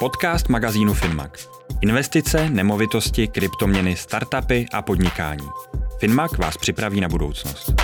Podcast magazínu Finmag. Investice, nemovitosti, kryptoměny, startupy a podnikání. Finmag vás připraví na budoucnost.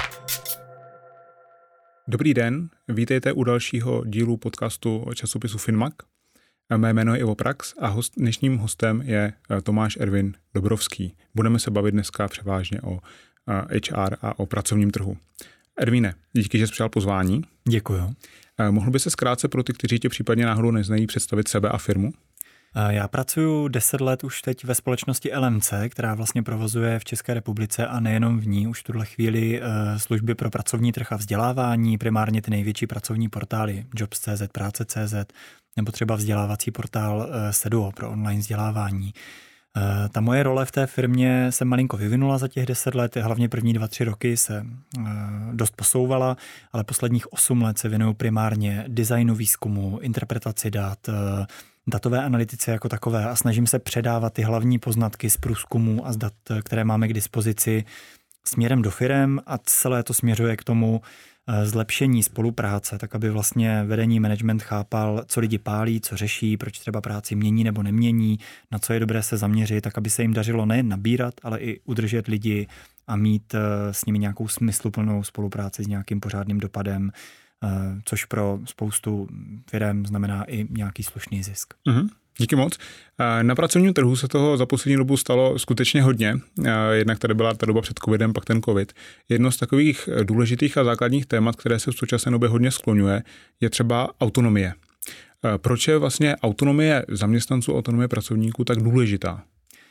Dobrý den, vítejte u dalšího dílu podcastu časopisu Finmag. Mé jméno je Ivo Prax a dnešním hostem je Tomáš Ervin Dobrovský. Budeme se bavit dneska převážně o HR a o pracovním trhu. Ervine, díky, že jsi přijal pozvání. Děkuju. Mohl by se zkrátce pro ty, kteří tě případně náhodou neznají, představit sebe a firmu? Já pracuji 10 let už teď ve společnosti LMC, která vlastně provozuje v České republice a nejenom v ní už v tuhle chvíli služby pro pracovní trh a vzdělávání, primárně ty největší pracovní portály Jobs.cz, Práce.cz nebo třeba vzdělávací portál Seduo pro online vzdělávání. Ta moje role v té firmě se malinko vyvinula za těch 10 let, hlavně první 2-3 roky se dost posouvala, ale posledních 8 let se věnuju primárně designu výzkumu, interpretaci dat, datové analytice jako takové a snažím se předávat ty hlavní poznatky z průzkumů a z dat, které máme k dispozici směrem do firem a celé to směřuje k tomu zlepšení spolupráce, tak aby vlastně vedení management chápal, co lidi pálí, co řeší, proč třeba práci mění nebo nemění, na co je dobré se zaměřit, tak aby se jim dařilo nejen nabírat, ale i udržet lidi a mít s nimi nějakou smysluplnou spolupráci s nějakým pořádným dopadem, což pro spoustu firem znamená i nějaký slušný zisk. Mm-hmm. Díky moc. Na pracovním trhu se toho za poslední dobu stalo skutečně hodně. Jednak tady byla ta doba před covidem, pak ten covid. Jedno z takových důležitých a základních témat, které se v současné době hodně skloňuje, je třeba autonomie. Proč je vlastně autonomie zaměstnanců, autonomie pracovníků tak důležitá?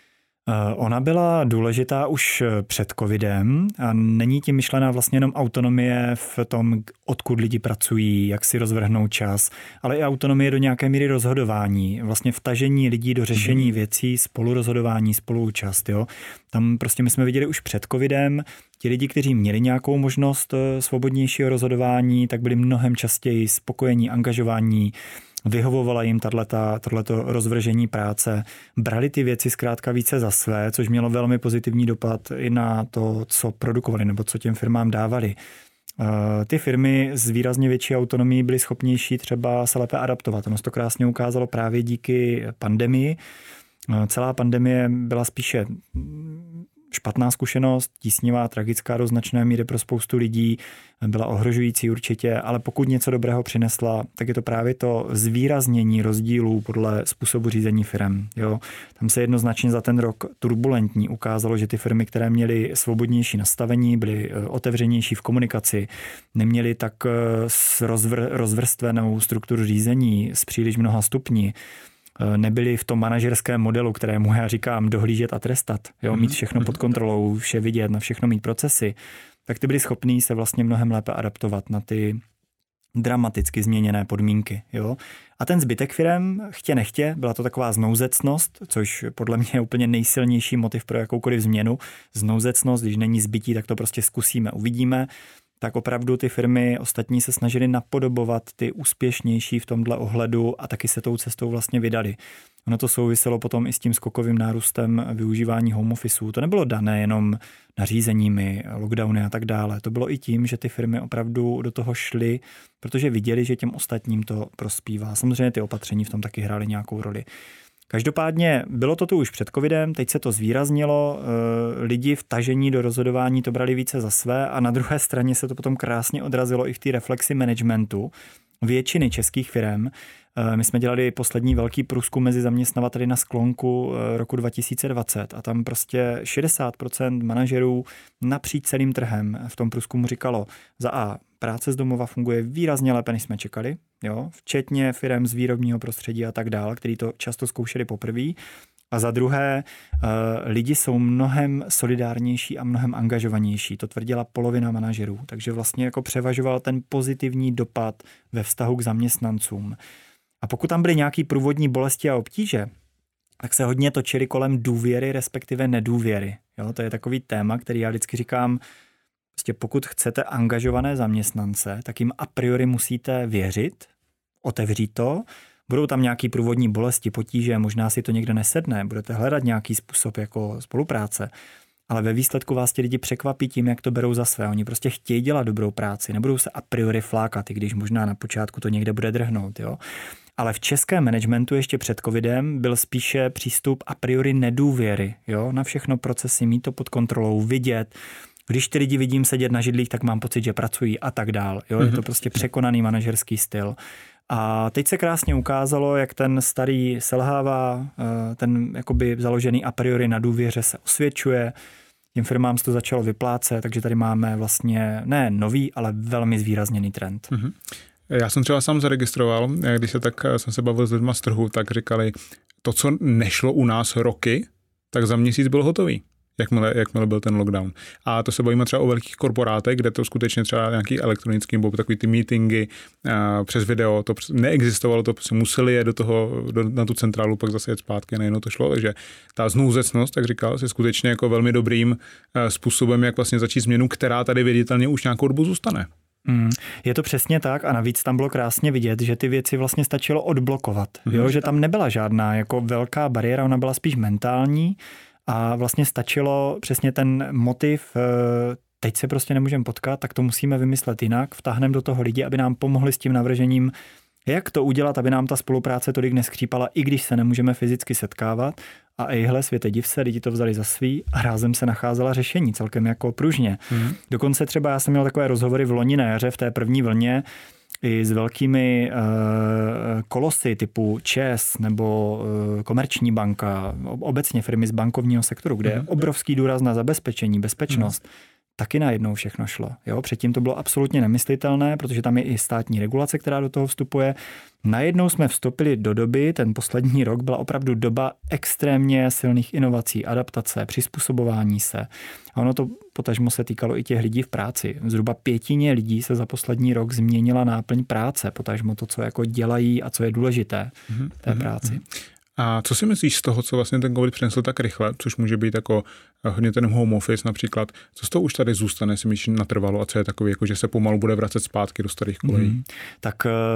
Ona byla důležitá už před covidem a není tím myšlená vlastně jenom autonomie v tom, odkud lidi pracují, jak si rozvrhnou čas, ale i autonomie do nějaké míry rozhodování, vlastně vtažení lidí do řešení věcí, spolurozhodování, spoluúčast. Jo? Tam prostě my jsme viděli už před covidem, ti lidi, kteří měli nějakou možnost svobodnějšího rozhodování, tak byli mnohem častěji spokojení, angažování, vyhovovala jim tohleto rozvržení práce, brali ty věci zkrátka více za své, což mělo velmi pozitivní dopad i na to, co produkovali nebo co těm firmám dávali. Ty firmy s výrazně větší autonomií byly schopnější třeba se lépe adaptovat. Ono se to krásně ukázalo právě díky pandemii. Celá pandemie byla spíše špatná zkušenost, tísnivá, tragická do značné míry pro spoustu lidí, byla ohrožující určitě, ale pokud něco dobrého přinesla, tak je to právě to zvýraznění rozdílů podle způsobu řízení firem. Jo. Tam se jednoznačně za ten rok turbulentní ukázalo, že ty firmy, které měly svobodnější nastavení, byly otevřenější v komunikaci, neměly tak rozvrstvenou strukturu řízení s příliš mnoha stupni, nebyli v tom manažerském modelu, kterému já říkám dohlížet a trestat, jo, mít všechno pod kontrolou, vše vidět, na všechno mít procesy, tak ty byli schopní se vlastně mnohem lépe adaptovat na ty dramaticky změněné podmínky. Jo. A ten zbytek firem, chtě nechtě, byla to taková znouzecnost, což podle mě je úplně nejsilnější motiv pro jakoukoliv změnu. Znouzecnost, když není zbytí, tak to prostě zkusíme, uvidíme. Tak opravdu ty firmy ostatní se snažily napodobovat ty úspěšnější v tomhle ohledu a taky se tou cestou vlastně vydali. Ono to souviselo potom i s tím skokovým nárůstem využívání home officeů. To nebylo dané jenom nařízeními, lockdowny a tak dále. To bylo i tím, že ty firmy opravdu do toho šly, protože viděli, že těm ostatním to prospívá. Samozřejmě ty opatření v tom taky hrály nějakou roli. Každopádně bylo to tu už před covidem, teď se to zvýraznilo, lidi vtažení do rozhodování to brali více za své a na druhé straně se to potom krásně odrazilo i v té reflexi managementu většiny českých firem. My jsme dělali poslední velký průzkum mezi zaměstnavateli na sklonku roku 2020 a tam prostě 60% manažerů napříč celým trhem v tom průzkumu říkalo za A, práce z domova funguje výrazně lépe, než jsme čekali, jo, včetně firem z výrobního prostředí a tak dále, kteří to často zkoušeli poprvé. A za druhé, lidi jsou mnohem solidárnější a mnohem angažovanější. To tvrdila polovina manažerů. Takže vlastně jako převažoval ten pozitivní dopad ve vztahu k zaměstnancům. A pokud tam byly nějaký průvodní bolesti a obtíže, tak se hodně točili kolem důvěry, respektive nedůvěry. Jo, to je takový téma, který já vždycky říkám, prostě pokud chcete angažované zaměstnance, tak jim a priori musíte věřit, otevřít to, budou tam nějaký průvodní bolesti, potíže, možná si to někde nesedne, budete hledat nějaký způsob jako spolupráce, ale ve výsledku vás ti lidi překvapí tím, jak to berou za své. Oni prostě chtějí dělat dobrou práci, nebudou se a priori flákat, i když možná na počátku to někde bude drhnout. Jo? Ale v českém managementu ještě před covidem byl spíše přístup a priori nedůvěry. Jo? Na všechno procesy, mít to pod kontrolou, vidět. Když ty lidi vidím sedět na židlích, tak mám pocit, že pracují a tak dál. Jo? Je to prostě překonaný manažerský styl. A teď se krásně ukázalo, jak ten starý selhává, ten jakoby založený a priori na důvěře se osvědčuje. Těm firmám se to začalo vyplácet, takže tady máme vlastně ne nový, ale velmi zvýrazněný trend. Já jsem třeba sám zaregistroval, když jsem se bavil s lidma z trhu, tak říkali, to, co nešlo u nás roky, tak za měsíc bylo hotový, jakmile byl ten lockdown. A to se bavíme třeba o velkých korporátech, kde to skutečně třeba nějaký elektronický, nebo takový ty meetingy přes video, to neexistovalo, to prostě museli jet na tu centrálu, pak zase jet zpátky, nejenom to šlo, takže ta znouzecnost, tak říkal, je skutečně jako velmi dobrým způsobem, jak vlastně začít změnu, která tady viditelně už nějakou dobu zůstane. Je to přesně tak a navíc tam bylo krásně vidět, že ty věci vlastně stačilo odblokovat, jo? Že tam nebyla žádná jako velká bariéra, ona byla spíš mentální a vlastně stačilo přesně ten motiv, teď se prostě nemůžeme potkat, tak to musíme vymyslet jinak, vtáhneme do toho lidi, aby nám pomohli s tím navržením, jak to udělat, aby nám ta spolupráce tolik neskřípala, i když se nemůžeme fyzicky setkávat. A ejhle, světe div se, lidi to vzali za svý a rázem se nacházela řešení celkem jako pružně. Dokonce třeba já jsem měl takové rozhovory v loni na jaře v té první vlně i s velkými kolosy typu ČES nebo Komerční banka, obecně firmy z bankovního sektoru, kde je obrovský důraz na zabezpečení, bezpečnost. Taky najednou všechno šlo. Jo? Předtím to bylo absolutně nemyslitelné, protože tam je i státní regulace, která do toho vstupuje. Najednou jsme vstoupili do doby, ten poslední rok byla opravdu doba extrémně silných inovací, adaptace, přizpůsobování se. A ono to potažmo se týkalo i těch lidí v práci. Zhruba 1/5 lidí se za poslední rok změnila náplň práce, potažmo to, co jako dělají a co je důležité v té práci. A co si myslíš z toho, co vlastně ten covid přinesl tak rychle, což může být jako hodně ten home office například, co z toho už tady zůstane, si myslíš, natrvalo a co je takový, jako že se pomalu bude vracet zpátky do starých kolejí? Tak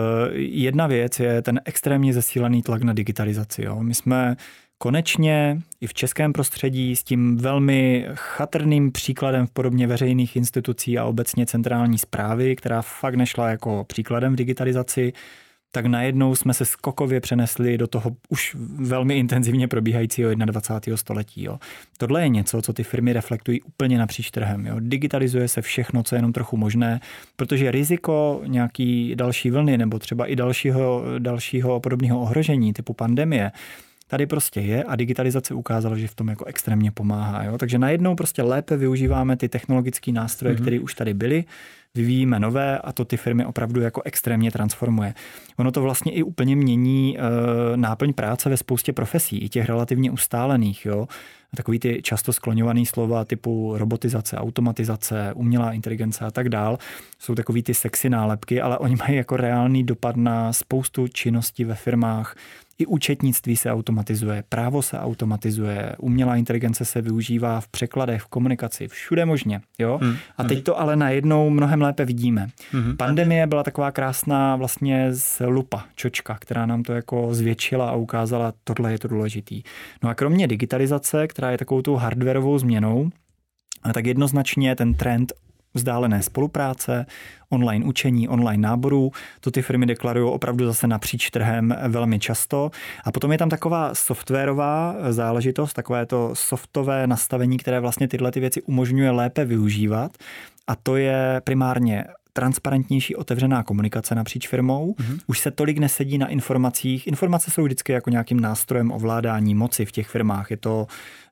jedna věc je ten extrémně zesílený tlak na digitalizaci. Jo. My jsme konečně i v českém prostředí s tím velmi chatrným příkladem v podobně veřejných institucí a obecně centrální správy, která fakt nešla jako příkladem v digitalizaci, tak najednou jsme se skokově přenesli do toho už velmi intenzivně probíhajícího 21. století. Jo. Tohle je něco, co ty firmy reflektují úplně napříč trhem. Jo. Digitalizuje se všechno, co je jenom trochu možné, protože riziko nějaký další vlny nebo třeba i dalšího podobného ohrožení typu pandemie tady prostě je a digitalizace ukázala, že v tom jako extrémně pomáhá. Jo. Takže najednou prostě lépe využíváme ty technologické nástroje, které už tady byly, vyvíjíme nové a to ty firmy opravdu jako extrémně transformuje. Ono to vlastně i úplně mění náplň práce ve spoustě profesí, i těch relativně ustálených. Jo. Takový ty často skloňovaný slova typu robotizace, automatizace, umělá inteligence a tak dál, jsou takový ty sexy nálepky, ale oni mají jako reálný dopad na spoustu činností ve firmách. I účetnictví se automatizuje, právo se automatizuje, umělá inteligence se využívá v překladech, v komunikaci, všude možně. Jo? A teď to ale najednou mnohem lépe vidíme. Pandemie byla taková krásná vlastně lupa, čočka, která nám to jako zvětšila a ukázala, tohle je to důležitý. No a kromě digitalizace, která je takovou tou hardwarovou změnou, tak jednoznačně ten trend vzdálené spolupráce, online učení, online náborů, to ty firmy deklarují opravdu zase napříč trhem velmi často. A potom je tam taková softwarová záležitost, takové to softové nastavení, které vlastně tyhle ty věci umožňuje lépe využívat. A to je primárně transparentnější otevřená komunikace napříč firmou. Už se tolik nesedí na informacích. Informace jsou vždycky jako nějakým nástrojem ovládání moci v těch firmách. Je to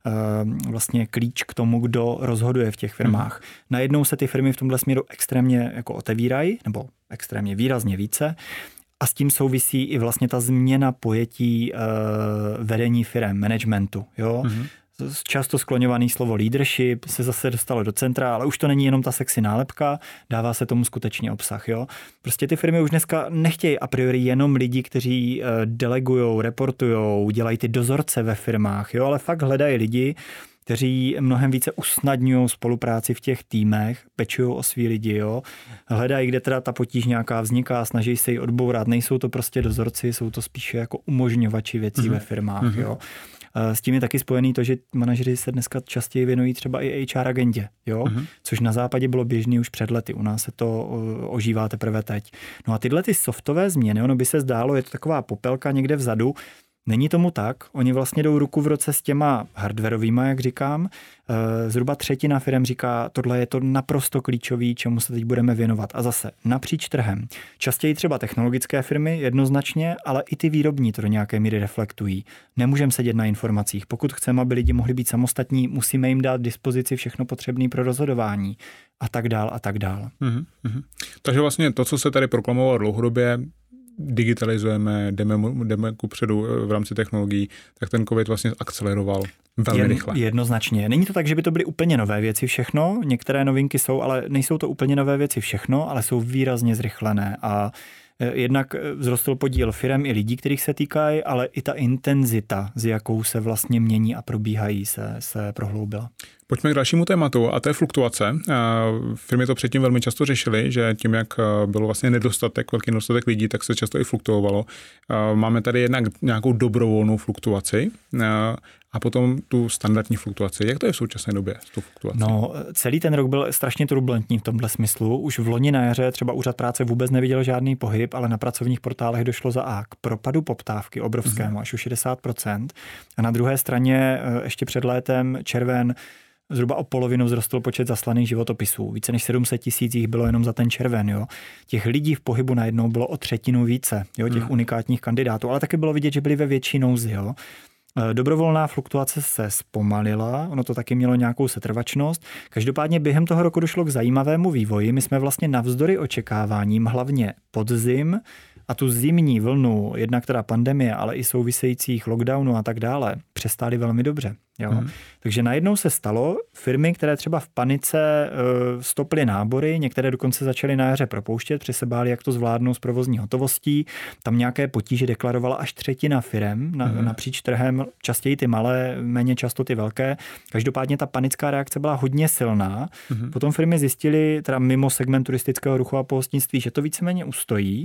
vlastně klíč k tomu, kdo rozhoduje v těch firmách. Najednou se ty firmy v tomhle směru extrémně jako otevírají, nebo extrémně výrazně více. A s tím souvisí i vlastně ta změna pojetí vedení firem, managementu. Jo? Často skloňovaný slovo leadership se zase dostalo do centra, ale už to není jenom ta sexy nálepka, dává se tomu skutečně obsah. Jo? Prostě ty firmy už dneska nechtějí a priori jenom lidi, kteří delegujou, reportujou, dělají ty dozorce ve firmách, jo? Ale fakt hledají lidi, kteří mnohem více usnadňují spolupráci v těch týmech, pečují o svý lidi, jo? Hledají, kde teda ta potíž nějaká vzniká, snaží se ji odbourat. Nejsou to prostě dozorci, jsou to spíše jako umožňovači věcí ve firmách. Jo? S tím je taky spojený to, že manažeři se dneska častěji věnují třeba i HR agendě, jo? Což na západě bylo běžný už před lety, u nás se to ožívá teprve teď. No a tyhle ty softové změny, ono by se zdálo, je to taková popelka někde vzadu. Není tomu tak, oni vlastně jdou ruku v ruce s těma hardwarovýma, jak říkám. Zhruba třetina firem říká, tohle je to naprosto klíčový, čemu se teď budeme věnovat. A zase napříč trhem. Častěji třeba technologické firmy jednoznačně, ale i ty výrobní to do nějaké míry reflektují. Nemůžeme sedět na informacích. Pokud chceme, aby lidi mohli být samostatní, musíme jim dát dispozici všechno potřebné pro rozhodování. A tak dál, a tak dál. Takže vlastně to, co se tady proklamovalo dlouhodobě, digitalizujeme, jdeme kupředu v rámci technologií, tak ten COVID vlastně akceleroval velmi rychle. Jednoznačně. Není to tak, že by to byly úplně nové věci všechno, některé novinky jsou, ale nejsou to úplně nové věci všechno, ale jsou výrazně zrychlené a jednak vzrostl podíl firem i lidí, kterých se týkají, ale i ta intenzita, s jakou se vlastně mění a probíhají, se prohloubila. Pojďme k dalšímu tématu a to je fluktuace. Firmy to předtím velmi často řešily, že tím, jak bylo vlastně velký nedostatek lidí, tak se často i fluktuovalo. Máme tady jednak nějakou dobrovolnou fluktuaci a potom tu standardní fluktuaci. Jak to je v současné době s tou fluktuací? No, celý ten rok byl strašně turbulentní v tomhle smyslu. Už v loni na jaře třeba úřad práce vůbec neviděl žádný pohyb, ale na pracovních portálech došlo k propadu poptávky obrovskému, až o 60%. A na druhé straně ještě před létem červen zhruba o polovinu vzrostl počet zaslaných životopisů. Více než 700 000 jich bylo jenom za ten červen. Jo. Těch lidí v pohybu najednou bylo o třetinu více, jo, těch unikátních kandidátů, ale taky bylo vidět, že byli ve větší nouzi. Jo. Dobrovolná fluktuace se zpomalila, ono to taky mělo nějakou setrvačnost. Každopádně během toho roku došlo k zajímavému vývoji. My jsme vlastně navzdory očekáváním, hlavně podzim a tu zimní vlnu, jednak teda pandemie, ale i souvisejících lockdownů a tak dále, přestály velmi dobře. Jo? Takže najednou se stalo, firmy, které třeba v panice stoply nábory, některé dokonce začaly na jaře propouštět, protože se báli, jak to zvládnou s provozní hotovostí. Tam nějaké potíže deklarovala až třetina firem napříč trhem, častěji ty malé, méně často ty velké. Každopádně ta panická reakce byla hodně silná. Potom firmy zjistily, teda mimo segment turistického ruchu a pohostinství, že to víceméně ustojí.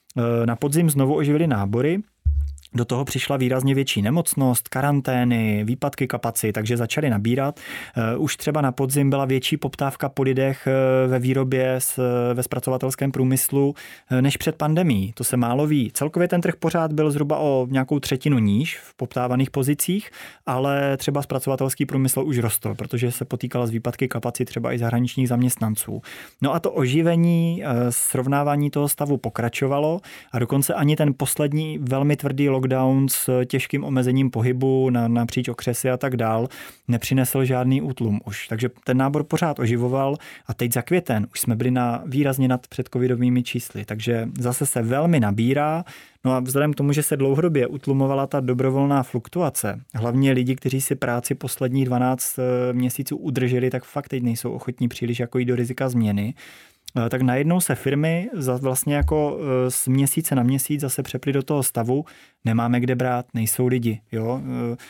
Na podzim znovu oživily nábory. Do toho přišla výrazně větší nemocnost, karantény, výpadky kapacit, takže začaly nabírat. Už třeba na podzim byla větší poptávka po lidech ve výrobě, ve zpracovatelském průmyslu než před pandemií. To se málo ví. Celkově ten trh pořád byl zhruba o nějakou třetinu níž v poptávaných pozicích, ale třeba zpracovatelský průmysl už rostl, protože se potýkala s výpadky kapacit třeba i zahraničních zaměstnanců. No a to oživení, srovnávání toho stavu pokračovalo a dokonce ani ten poslední velmi tvrdý lockdown s těžkým omezením pohybu napříč okresy a tak dál nepřinesl žádný útlum už. Takže ten nábor pořád oživoval a teď za květen už jsme byli výrazně nad předcovidovými čísly. Takže zase se velmi nabírá. No a vzhledem k tomu, že se dlouhodobě utlumovala ta dobrovolná fluktuace, hlavně lidi, kteří si práci posledních 12 měsíců udrželi, tak fakt teď nejsou ochotní příliš jako jít do rizika změny. Tak najednou se firmy vlastně jako z měsíce na měsíc zase přeply do toho stavu, nemáme kde brát, nejsou lidi. Jo?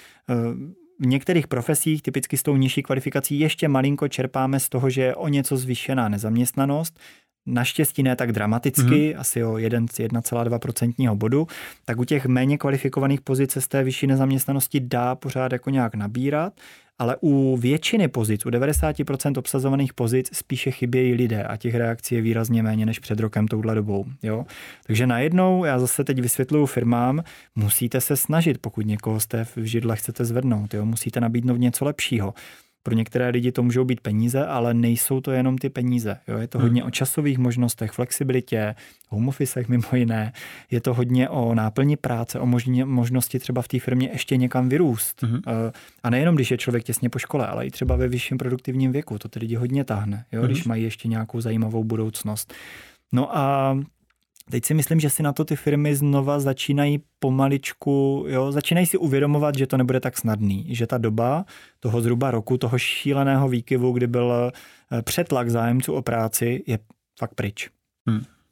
V některých profesích, typicky s tou nižší kvalifikací, ještě malinko čerpáme z toho, že je o něco zvýšená nezaměstnanost, naštěstí ne tak dramaticky, asi o 1,2% bodu, tak u těch méně kvalifikovaných pozic se z té vyšší nezaměstnanosti dá pořád jako nějak nabírat, ale u většiny pozic, u 90% obsazovaných pozic spíše chybějí lidé a těch reakcí je výrazně méně než před rokem touhle dobou. Jo? Takže najednou, já zase teď vysvětluju firmám, musíte se snažit, pokud někoho jste v židle chcete zvednout, jo? Musíte nabídnout něco lepšího. Pro některé lidi to můžou být peníze, ale nejsou to jenom ty peníze. Jo? Je to hodně o časových možnostech, flexibilitě, home officech mimo jiné. Je to hodně o náplni práce, o možnosti třeba v té firmě ještě někam vyrůst. A nejenom, když je člověk těsně po škole, ale i třeba ve vyšším produktivním věku. To ty lidi hodně táhne, jo? Když mají ještě nějakou zajímavou budoucnost. No a teď si myslím, že si na to ty firmy znova začínají pomaličku, jo, začínají si uvědomovat, že to nebude tak snadný, že ta doba toho zhruba roku, toho šíleného výkyvu, kdy byl přetlak zájemců o práci, je fakt pryč.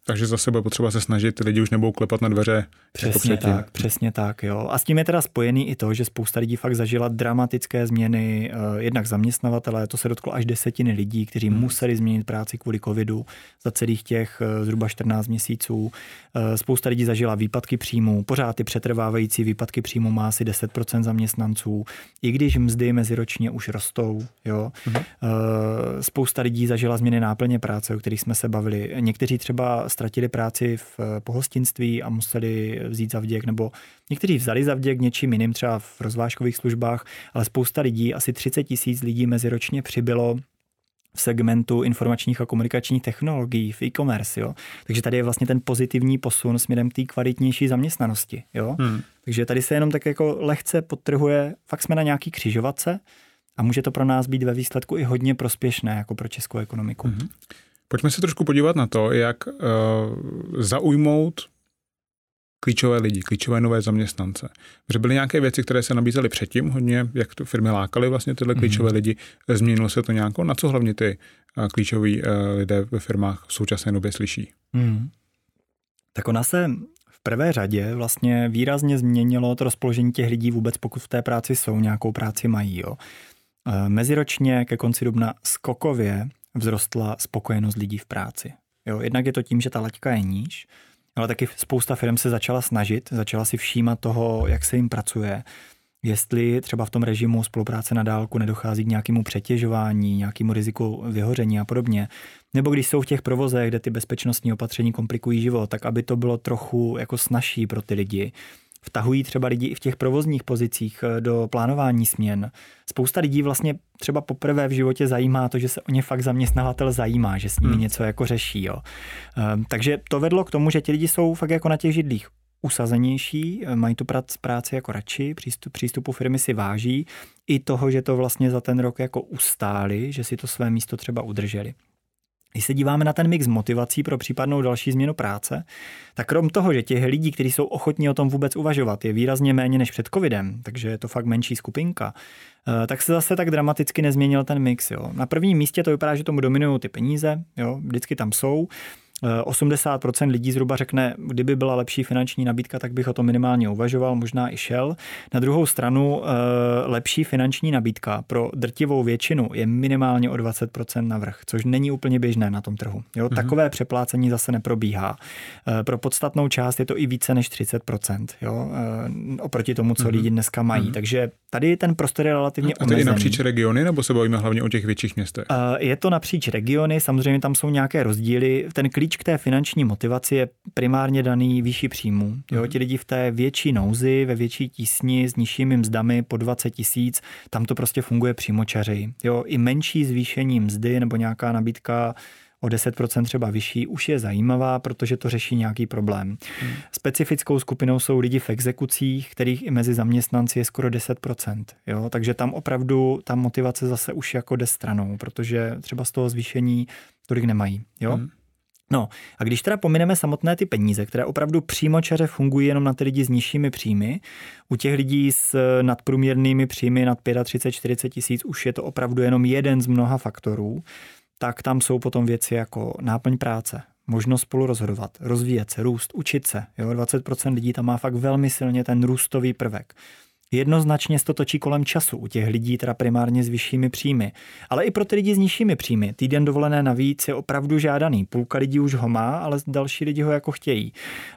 Takže zase bude potřeba se snažit, ty lidi už nebudou klepat na dveře. Přesně tak, jo. A s tím je teda spojený i to, že spousta lidí fakt zažila dramatické změny, jednak zaměstnavatele, to se dotklo až 10 lidí, kteří museli změnit práci kvůli covidu za celých těch zhruba 14 měsíců. Spousta lidí zažila výpadky příjmů, pořád ty přetrvávající výpadky příjmů má asi 10% zaměstnanců, i když mzdy meziročně už rostou, jo. Spousta lidí zažila změny náplně práce, o kterých jsme se bavili. Někteří třeba ztratili práci v pohostinství a museli vzít za vděk, nebo někteří vzali za vděk něčím jiným, třeba v rozvážkových službách, ale spousta lidí, asi 30 000 lidí meziročně přibylo v segmentu informačních a komunikačních technologií, v e-commerce, jo. Takže tady je vlastně ten pozitivní posun směrem k té kvalitnější zaměstnanosti, jo. Takže tady se jenom tak jako lehce podtrhuje, fakt jsme na nějaký křižovatce a může to pro nás být ve výsledku i hodně prospěšné jako pro českou ekonomiku. Pojďme se trošku podívat na to, jak zaujmout klíčové lidi, klíčové nové zaměstnance. Protože byly nějaké věci, které se nabízely předtím hodně, jak to firmy lákaly vlastně tyhle klíčové lidi. Změnilo se to nějako? Na co hlavně ty klíčoví lidé ve firmách v současné době slyší? Tak ona se v prvé řadě vlastně výrazně změnilo to rozpoložení těch lidí vůbec, pokud v té práci jsou, nějakou práci mají. Jo. Meziročně ke konci dubna skokově vzrostla spokojenost lidí v práci. Jo, jednak je to tím, že ta laťka je níž, ale taky spousta firm se začala snažit, začala si všímat toho, jak se jim pracuje, jestli třeba v tom režimu spolupráce na dálku nedochází k nějakému přetěžování, nějakému riziku vyhoření a podobně. Nebo když jsou v těch provozech, kde ty bezpečnostní opatření komplikují život, tak aby to bylo trochu jako snazší pro ty lidi. Vtahují třeba lidi i v těch provozních pozicích do plánování směn. Spousta lidí vlastně třeba poprvé v životě zajímá to, že se o ně fakt zaměstnavatel zajímá, že s nimi něco jako řeší. Jo. Takže to vedlo k tomu, že ti lidi jsou fakt jako na těch židlích usazenější, mají tu práci jako radši, přístupu firmy si váží, i toho, že to vlastně za ten rok jako ustáli, že si to své místo třeba udrželi. Když se díváme na ten mix motivací pro případnou další změnu práce, tak krom toho, že těch lidí, kteří jsou ochotní o tom vůbec uvažovat, je výrazně méně než před covidem, takže je to fakt menší skupinka, tak se zase tak dramaticky nezměnil ten mix. Jo. Na prvním místě to vypadá, že tomu dominují ty peníze, jo, vždycky tam jsou. 80% lidí zhruba řekne, kdyby byla lepší finanční nabídka, tak bych o tom minimálně uvažoval, možná i šel. Na druhou stranu lepší finanční nabídka pro drtivou většinu je minimálně o 20% navrch, což není úplně běžné na tom trhu. Jo? Takové přeplácení zase neprobíhá. Pro podstatnou část je to i více než 30%, jo? Oproti tomu, co lidi dneska mají. Takže tady ten prostor je relativně omezený. A to je napříč regiony, nebo se bavíme hlavně o těch větších městech? Je to napříč regiony, samozřejmě tam jsou nějaké rozdíly. Ten klíč k té finanční motivaci je primárně daný výši příjmu. Jo, ti lidi v té větší nouzi, ve větší tísni s nižšími mzdami po 20 000, tam to prostě funguje přímočařeji. Jo, i menší zvýšení mzdy nebo nějaká nabídka o 10% třeba vyšší už je zajímavá, protože to řeší nějaký problém. Specifickou skupinou jsou lidi v exekucích, kterých i mezi zaměstnanci je skoro 10%. Jo? Takže tam opravdu ta motivace zase už jako jde stranou, protože třeba z toho zvýšení tolik nemají. Jo? No a když teda pomineme samotné ty peníze, které opravdu přímočaře fungují jenom na ty lidi s nižšími příjmy, u těch lidí s nadprůměrnými příjmy nad 35-40 tisíc už je to opravdu jenom jeden z mnoha faktorů, tak tam jsou potom věci jako náplň práce, možnost spolu rozhodovat, rozvíjet se, růst, učit se. Jo? 20% lidí tam má fakt velmi silně ten růstový prvek. Jednoznačně se to točí kolem času u těch lidí, teda primárně s vyššími příjmy. Ale i pro ty lidi s nižšími příjmy. Týden dovolené navíc je opravdu žádaný. Půlka lidí už ho má, ale další lidi ho jako chtějí.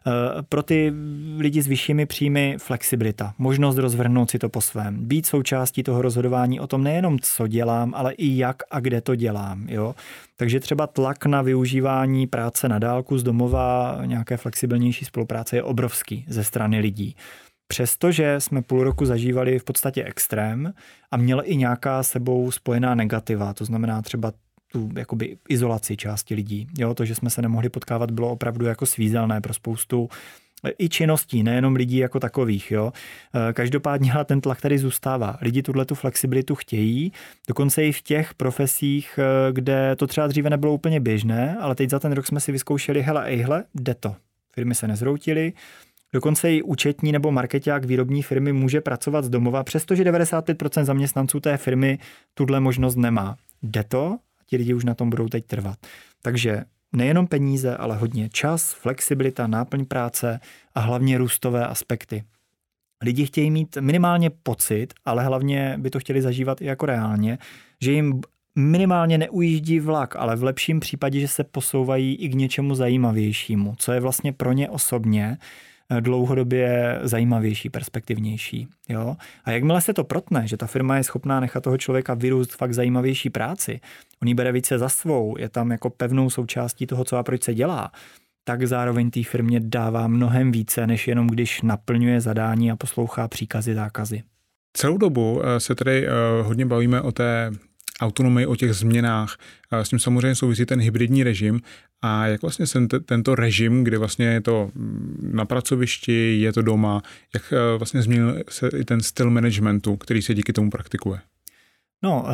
Pro ty lidi s vyššími příjmy flexibilita, možnost rozvrhnout si to po svém. Být součástí toho rozhodování o tom nejenom, co dělám, ale i jak a kde to dělám. Jo? Takže třeba tlak na využívání práce na dálku z domova, nějaké flexibilnější spolupráce je obrovský ze strany lidí. Přestože jsme půl roku zažívali v podstatě extrém a měl i nějaká sebou spojená negativa, to znamená třeba tu jakoby izolaci části lidí. Jo, to, že jsme se nemohli potkávat, bylo opravdu jako svízelné pro spoustu i činností, nejenom lidí jako takových. Jo. Každopádně ten tlak tady zůstává. Lidi tuhletu flexibilitu chtějí, dokonce i v těch profesích, kde to třeba dříve nebylo úplně běžné, ale teď za ten rok jsme si vyzkoušeli, hele, jde to. Firmy se nezroutily. Dokonce i účetní nebo markeťák výrobní firmy může pracovat z domova, přestože 95% zaměstnanců té firmy tuhle možnost nemá. Jde to? Ti lidi už na tom budou teď trvat. Takže nejenom peníze, ale hodně čas, flexibilita, náplň práce a hlavně růstové aspekty. Lidi chtějí mít minimálně pocit, ale hlavně by to chtěli zažívat i jako reálně, že jim minimálně neujíždí vlak, ale v lepším případě, že se posouvají i k něčemu zajímavějšímu, co je vlastně pro ně osobně dlouhodobě zajímavější, perspektivnější. Jo? A jakmile se to protne, že ta firma je schopná nechat toho člověka vyrůst fakt zajímavější práci, on ji bere více za svou, je tam jako pevnou součástí toho, co a proč se dělá, tak zároveň té firmě dává mnohem více, než jenom když naplňuje zadání a poslouchá příkazy, zákazy. Celou dobu se tady hodně bavíme o té autonomii, o těch změnách. S tím samozřejmě souvisí ten hybridní režim. A jak vlastně tento režim, kdy vlastně je to na pracovišti, je to doma, jak vlastně změnil se i ten styl managementu, který se díky tomu praktikuje? No,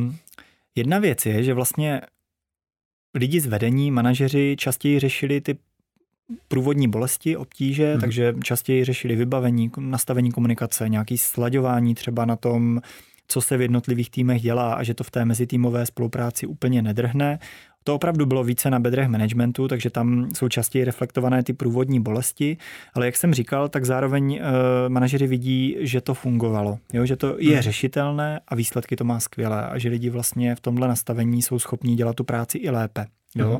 jedna věc je, že vlastně lidi z vedení, manažeři častěji řešili ty průvodní bolesti, obtíže, takže častěji řešili vybavení, nastavení komunikace, nějaké slaďování třeba na tom, co se v jednotlivých týmech dělá a že to v té mezitýmové spolupráci úplně nedrhne. To opravdu bylo více na bedrech managementu, takže tam jsou častěji reflektované ty průvodní bolesti, ale jak jsem říkal, tak zároveň manažeři vidí, že to fungovalo, jo? Že to je řešitelné a výsledky to má skvělé a že lidi vlastně v tomhle nastavení jsou schopní dělat tu práci i lépe. Jo?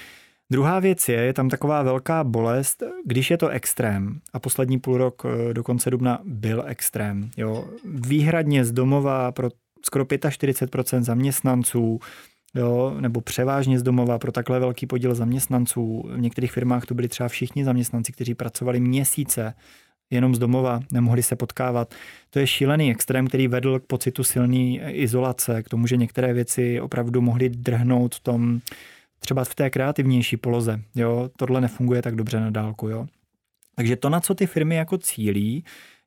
Druhá věc je tam taková velká bolest, když je to extrém a poslední půl rok do konce dubna byl extrém. Jo? Výhradně z domova pro skoro 45% zaměstnanců, jo, nebo převážně z domova pro takhle velký podíl zaměstnanců. V některých firmách to byli třeba všichni zaměstnanci, kteří pracovali měsíce jenom z domova, nemohli se potkávat. To je šílený extrém, který vedl k pocitu silné izolace, k tomu, že některé věci opravdu mohly drhnout v tom, třeba v té kreativnější poloze. Jo? Tohle nefunguje tak dobře na dálku. Jo? Takže to, na co ty firmy jako cílí,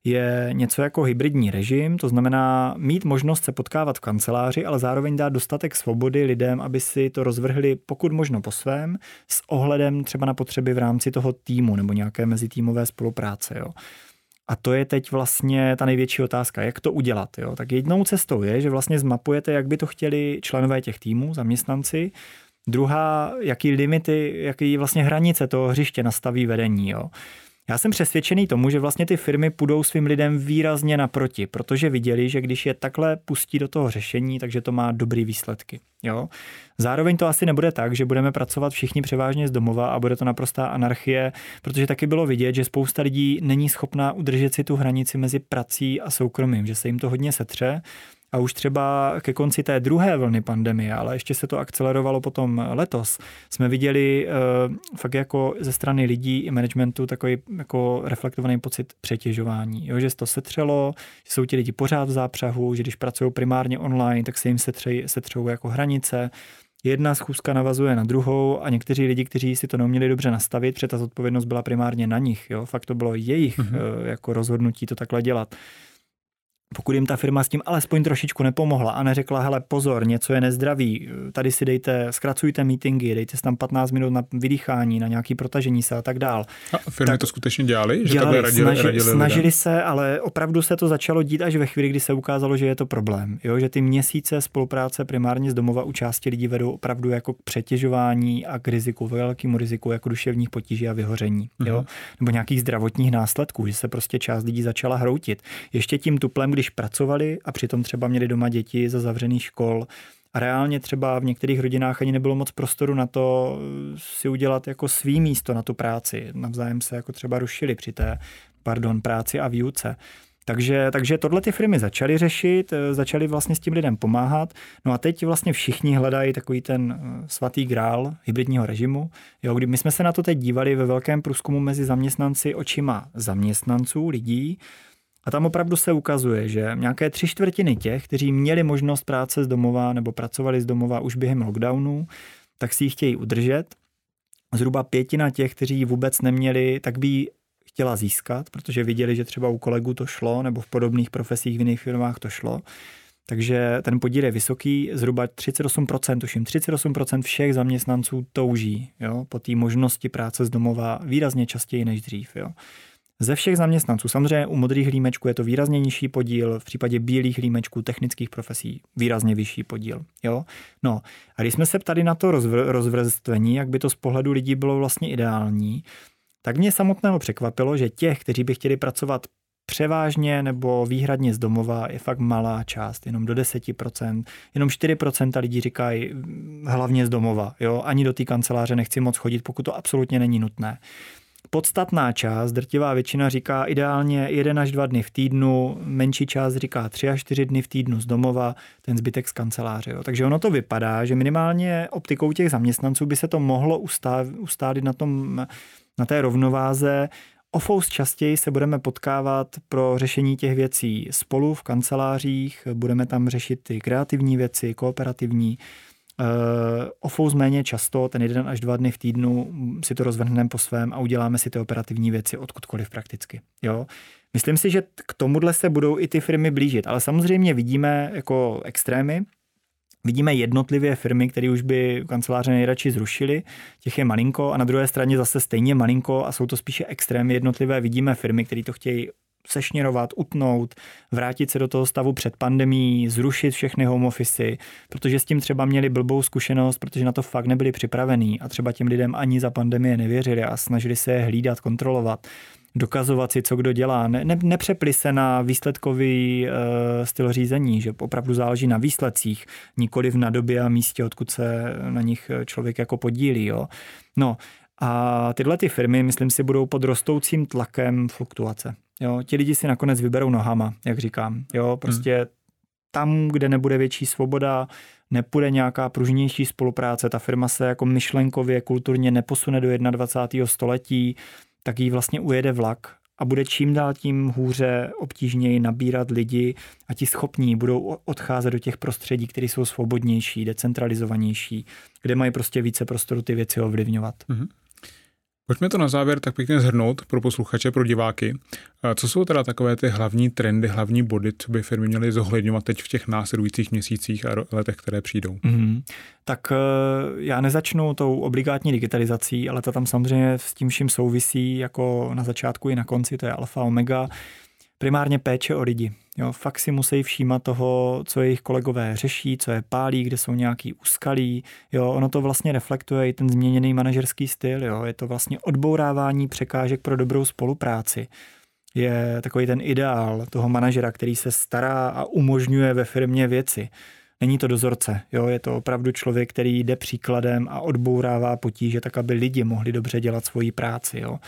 je něco jako hybridní režim, to znamená mít možnost se potkávat v kanceláři, ale zároveň dát dostatek svobody lidem, aby si to rozvrhli pokud možno po svém, s ohledem třeba na potřeby v rámci toho týmu nebo nějaké mezitýmové spolupráce. Jo. A to je teď vlastně ta největší otázka, jak to udělat. Jo. Tak jednou cestou je, že vlastně zmapujete, jak by to chtěli členové těch týmů, zaměstnanci. Druhá, jaký limity, jaký vlastně hranice toho hřiště nastaví vedení. Jo. Já jsem přesvědčený tomu, že vlastně ty firmy půjdou svým lidem výrazně naproti, protože viděli, že když je takhle pustí do toho řešení, takže to má dobrý výsledky. Jo? Zároveň to asi nebude tak, že budeme pracovat všichni převážně z domova a bude to naprostá anarchie, protože taky bylo vidět, že spousta lidí není schopná udržet si tu hranici mezi prací a soukromím, že se jim to hodně setře. A už třeba ke konci té druhé vlny pandemie, ale ještě se to akcelerovalo potom letos, jsme viděli fakt jako ze strany lidí i managementu takový jako reflektovaný pocit přetěžování. Jo, že se to setřelo, že jsou ti lidi pořád v zápřahu, že když pracují primárně online, tak se jim setřou jako hranice. Jedna schůzka navazuje na druhou a někteří lidi, kteří si to neuměli dobře nastavit, protože ta zodpovědnost byla primárně na nich. Jo? Fakt to bylo jejich jako rozhodnutí to takhle dělat. Pokud jim ta firma s tím alespoň trošičku nepomohla a neřekla, hele pozor, něco je nezdravý, tady si zkracujte meetingy, dejte si tam 15 minut na vydýchání, na nějaké protažení se a tak dál. A firmy to skutečně dělali? Že radili snažili se, ale opravdu se to začalo dít až ve chvíli, kdy se ukázalo, že je to problém. Jo? Že ty měsíce spolupráce primárně z domova u části lidí vedou opravdu jako k přetěžování a k riziku, velkému riziku jako duševních potíží a vyhoření. Jo? Nebo nějakých zdravotních následků, že se prostě část lidí začala hroutit. Ještě tím tuplem, když pracovali a přitom třeba měli doma děti za zavřených škol a reálně třeba v některých rodinách ani nebylo moc prostoru na to si udělat jako svý místo na tu práci. Navzájem se jako třeba rušili při té, práci a výuce. Takže tohle ty firmy začaly řešit, začaly vlastně s tím lidem pomáhat. No a teď vlastně všichni hledají takový ten svatý grál hybridního režimu. Jo, kdy my jsme se na to teď dívali ve velkém průzkumu mezi zaměstnanci očima zaměstnanců, lidí. A tam opravdu se ukazuje, že nějaké 3/4 těch, kteří měli možnost práce z domova nebo pracovali z domova už během lockdownu, tak si ji chtějí udržet. Zhruba 1/5 těch, kteří ji vůbec neměli, tak by ji chtěla získat, protože viděli, že třeba u kolegů to šlo nebo v podobných profesích v jiných firmách to šlo. Takže ten podíl je vysoký, zhruba 38%, tuším 38% všech zaměstnanců touží, jo, po té možnosti práce z domova výrazně častěji než dřív. Jo. Ze všech zaměstnanců, samozřejmě u modrých límečků je to výrazně nižší podíl, v případě bílých límečků technických profesí výrazně vyšší podíl. Jo? No a když jsme se ptali na to rozvrstvení, jak by to z pohledu lidí bylo vlastně ideální, tak mě samotného překvapilo, že těch, kteří by chtěli pracovat převážně nebo výhradně z domova, je fakt malá část, jenom do 10%, jenom 4% lidí říkají hlavně z domova, jo? Ani do té kanceláře nechci moc chodit, pokud to absolutně není nutné. Podstatná část, drtivá většina říká ideálně 1 až 2 dny v týdnu, menší část říká 3 až 4 dny v týdnu z domova, ten zbytek z kanceláře. Jo. Takže ono to vypadá, že minimálně optikou těch zaměstnanců by se to mohlo ustálit na té rovnováze. O fous častěji se budeme potkávat pro řešení těch věcí spolu v kancelářích, budeme tam řešit ty kreativní věci, kooperativní. O fous méně často, ten 1 až 2 dny v týdnu si to rozvrhneme po svém a uděláme si ty operativní věci odkudkoliv prakticky. Jo? Myslím si, že k tomuhle se budou i ty firmy blížit, ale samozřejmě vidíme jako extrémy, vidíme jednotlivé firmy, které už by kanceláře nejradši zrušily, těch je malinko a na druhé straně zase stejně malinko a jsou to spíše extrémy jednotlivé. Vidíme firmy, které to chtějí sešněrovat, utnout, vrátit se do toho stavu před pandemií, zrušit všechny home office, protože s tím třeba měli blbou zkušenost, protože na to fakt nebyli připravení a třeba těm lidem ani za pandemie nevěřili a snažili se je hlídat, kontrolovat, dokazovat si, co kdo dělá. Nepřepli se na výsledkový styl řízení, že opravdu záleží na výsledcích, nikoliv na době a místě, odkud se na nich člověk jako podílí. Jo. No a tyhle ty firmy, myslím si, budou pod rostoucím tlakem fluktuace. Jo, ti lidi si nakonec vyberou nohama, jak říkám. Jo, prostě tam, kde nebude větší svoboda, nepůjde nějaká pružnější spolupráce, ta firma se jako myšlenkově, kulturně neposune do 21. století, tak jí vlastně ujede vlak a bude čím dál tím hůře, obtížněji nabírat lidi a ti schopní budou odcházet do těch prostředí, které jsou svobodnější, decentralizovanější, kde mají prostě více prostoru ty věci ovlivňovat. Mm-hmm. Pojďme to na závěr tak pěkně shrnout pro posluchače, pro diváky. Co jsou teda takové ty hlavní trendy, hlavní body, co by firmy měly zohledňovat teď v těch následujících měsících a letech, které přijdou? Tak já nezačnu tou obligátní digitalizací, ale to tam samozřejmě s tím vším souvisí jako na začátku i na konci, to je alfa omega. Primárně péče o lidi. Jo, fakt si musí všímat toho, co jejich kolegové řeší, co je pálí, kde jsou nějaký úskalí. Jo, ono to vlastně reflektuje i ten změněný manažerský styl. Jo. Je to vlastně odbourávání překážek pro dobrou spolupráci. Je takový ten ideál toho manažera, který se stará a umožňuje ve firmě věci. Není to dozorce, jo, je to opravdu člověk, který jde příkladem a odbourává potíže, tak aby lidi mohli dobře dělat svoji práci. Jo.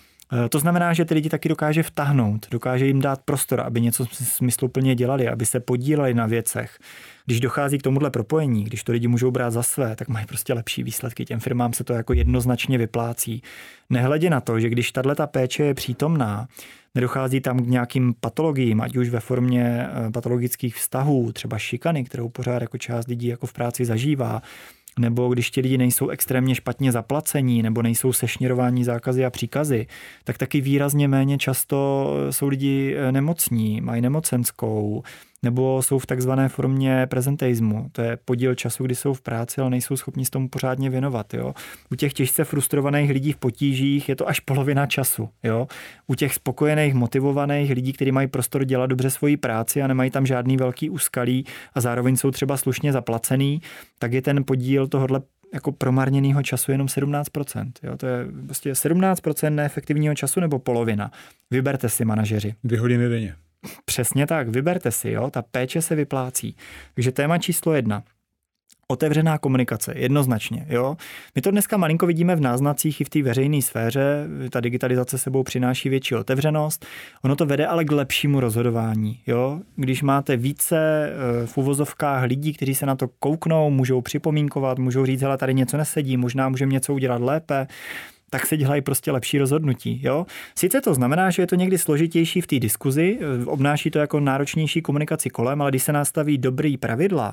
To znamená, že ty lidi taky dokáže vtáhnout, dokáže jim dát prostor, aby něco smysluplně dělali, aby se podíleli na věcech. Když dochází k tomuhle propojení, když to lidi můžou brát za své, tak mají prostě lepší výsledky. Těm firmám se to jako jednoznačně vyplácí. Nehledě na to, že když tato péče je přítomná, nedochází tam k nějakým patologiím, ať už ve formě patologických vztahů, třeba šikany, kterou pořád jako část lidí jako v práci zažívá, nebo když ti lidi nejsou extrémně špatně zaplacení, nebo nejsou sešněrováni zákazy a příkazy, tak taky výrazně méně často jsou lidi nemocní, mají nemocenskou, nebo jsou v takzvané formě prezenteismu. To je podíl času, kdy jsou v práci, ale nejsou schopni s tomu pořádně věnovat. Jo. U těch těžce frustrovaných lidí v potížích je to až polovina času. Jo. U těch spokojených, motivovaných lidí, kteří mají prostor dělat dobře svoji práci a nemají tam žádný velký úskalí a zároveň jsou třeba slušně zaplacený, tak je ten podíl tohohle jako promarněného času jenom 17%. Jo. To je prostě 17% neefektivního času nebo polovina. Vyberte si, manažeři. 2 hodiny denně. Přesně tak, vyberte si, jo, ta péče se vyplácí. Takže téma číslo 1. Otevřená komunikace, jednoznačně. Jo. My to dneska malinko vidíme v náznacích i v té veřejné sféře, ta digitalizace sebou přináší větší otevřenost, ono to vede ale k lepšímu rozhodování. Jo. Když máte více v uvozovkách lidí, kteří se na to kouknou, můžou připomínkovat, můžou říct, hele, tady něco nesedí, možná můžeme něco udělat lépe, tak se dělají prostě lepší rozhodnutí. Jo? Sice to znamená, že je to někdy složitější v té diskuzi, obnáší to jako náročnější komunikaci kolem, ale když se nastaví dobrý pravidla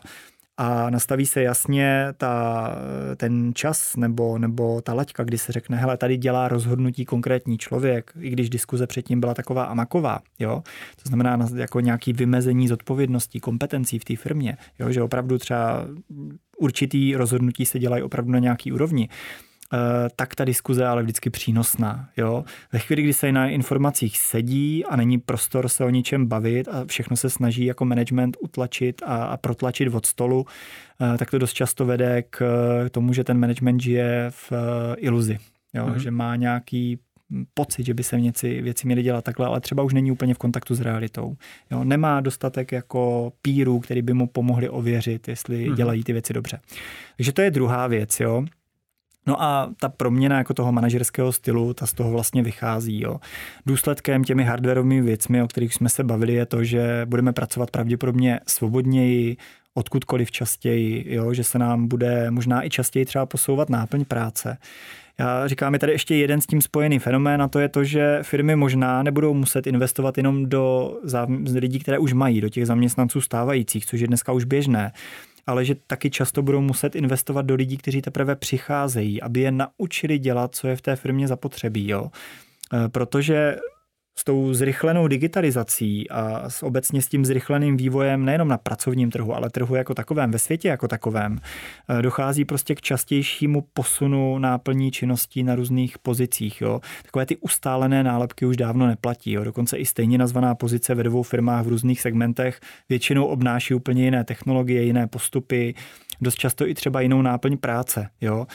a nastaví se jasně ten čas nebo ta laťka, kdy se řekne, hele, tady dělá rozhodnutí konkrétní člověk, i když diskuze předtím byla taková a maková. Jo? To znamená jako nějaké vymezení zodpovědností, kompetencí v té firmě, jo? Že opravdu třeba určitý rozhodnutí se dělají opravdu na nějaký úrovni. tak ta diskuze je ale vždycky přínosná. Jo? Ve chvíli, kdy se na informacích sedí a není prostor se o ničem bavit a všechno se snaží jako management utlačit a protlačit od stolu, tak to dost často vede k tomu, že ten management žije v iluzi. Jo? Že má nějaký pocit, že by se věci měly dělat takhle, ale třeba už není úplně v kontaktu s realitou. Jo? Nemá dostatek jako pírů, který by mu pomohli ověřit, jestli dělají ty věci dobře. Takže to je druhá věc. Jo? No a ta proměna jako toho manažerského stylu, ta z toho vlastně vychází. Jo. Důsledkem těmi hardwarovými věcmi, o kterých jsme se bavili, je to, že budeme pracovat pravděpodobně svobodněji, odkudkoliv častěji, jo, že se nám bude možná i častěji třeba posouvat náplň práce. Já říkám, je tady ještě jeden s tím spojený fenomén a to je to, že firmy možná nebudou muset investovat jenom do lidí, které už mají, do těch zaměstnanců stávajících, což je dneska už běžné, ale že taky často budou muset investovat do lidí, kteří teprve přicházejí, aby je naučili dělat, co je v té firmě zapotřebí. Jo? Protože s tou zrychlenou digitalizací a obecně s tím zrychleným vývojem nejenom na pracovním trhu, ale trhu jako takovém, ve světě jako takovém, dochází prostě k častějšímu posunu náplní činností na různých pozicích. Jo. Takové ty ustálené nálepky už dávno neplatí. Jo. Dokonce i stejně nazvaná pozice ve dvou firmách v různých segmentech většinou obnáší úplně jiné technologie, jiné postupy, dost často i třeba jinou náplň práce. Jo.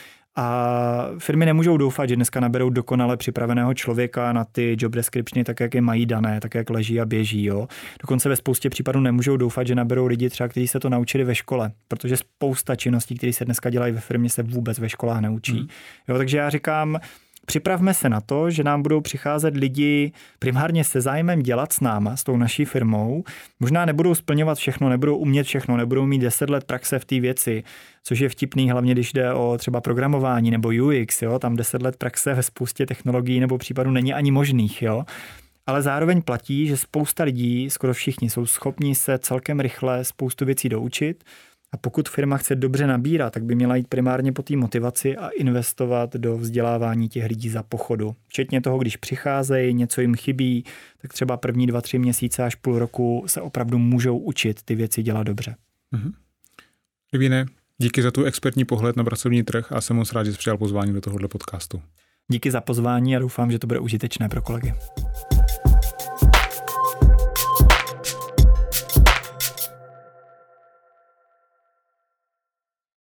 A firmy nemůžou doufat, že dneska naberou dokonale připraveného člověka na ty job descriptiony tak, jak je mají dané, tak, jak leží a běží. Jo. Dokonce ve spoustě případů nemůžou doufat, že naberou lidi třeba, kteří se to naučili ve škole, protože spousta činností, které se dneska dělají ve firmě, se vůbec ve školách neučí. Jo, takže já říkám, připravme se na to, že nám budou přicházet lidi primárně se zájmem dělat s náma, s tou naší firmou. Možná nebudou splňovat všechno, nebudou umět všechno, nebudou mít 10 let praxe v té věci, což je vtipný, hlavně když jde o třeba programování nebo UX, jo? Tam 10 let praxe ve spoustě technologií nebo případů není ani možných. Jo? Ale zároveň platí, že spousta lidí, skoro všichni, jsou schopni se celkem rychle spoustu věcí doučit. A pokud firma chce dobře nabírat, tak by měla jít primárně po té motivaci a investovat do vzdělávání těch lidí za pochodu. Včetně toho, když přicházejí, něco jim chybí, tak třeba první 2-3 měsíce až půl roku se opravdu můžou učit ty věci dělat dobře. Livíne, díky za tu expertní pohled na pracovní trh a jsem moc rád, že jsi přijal pozvání do tohohle podcastu. Díky za pozvání a doufám, že to bude užitečné pro kolegy.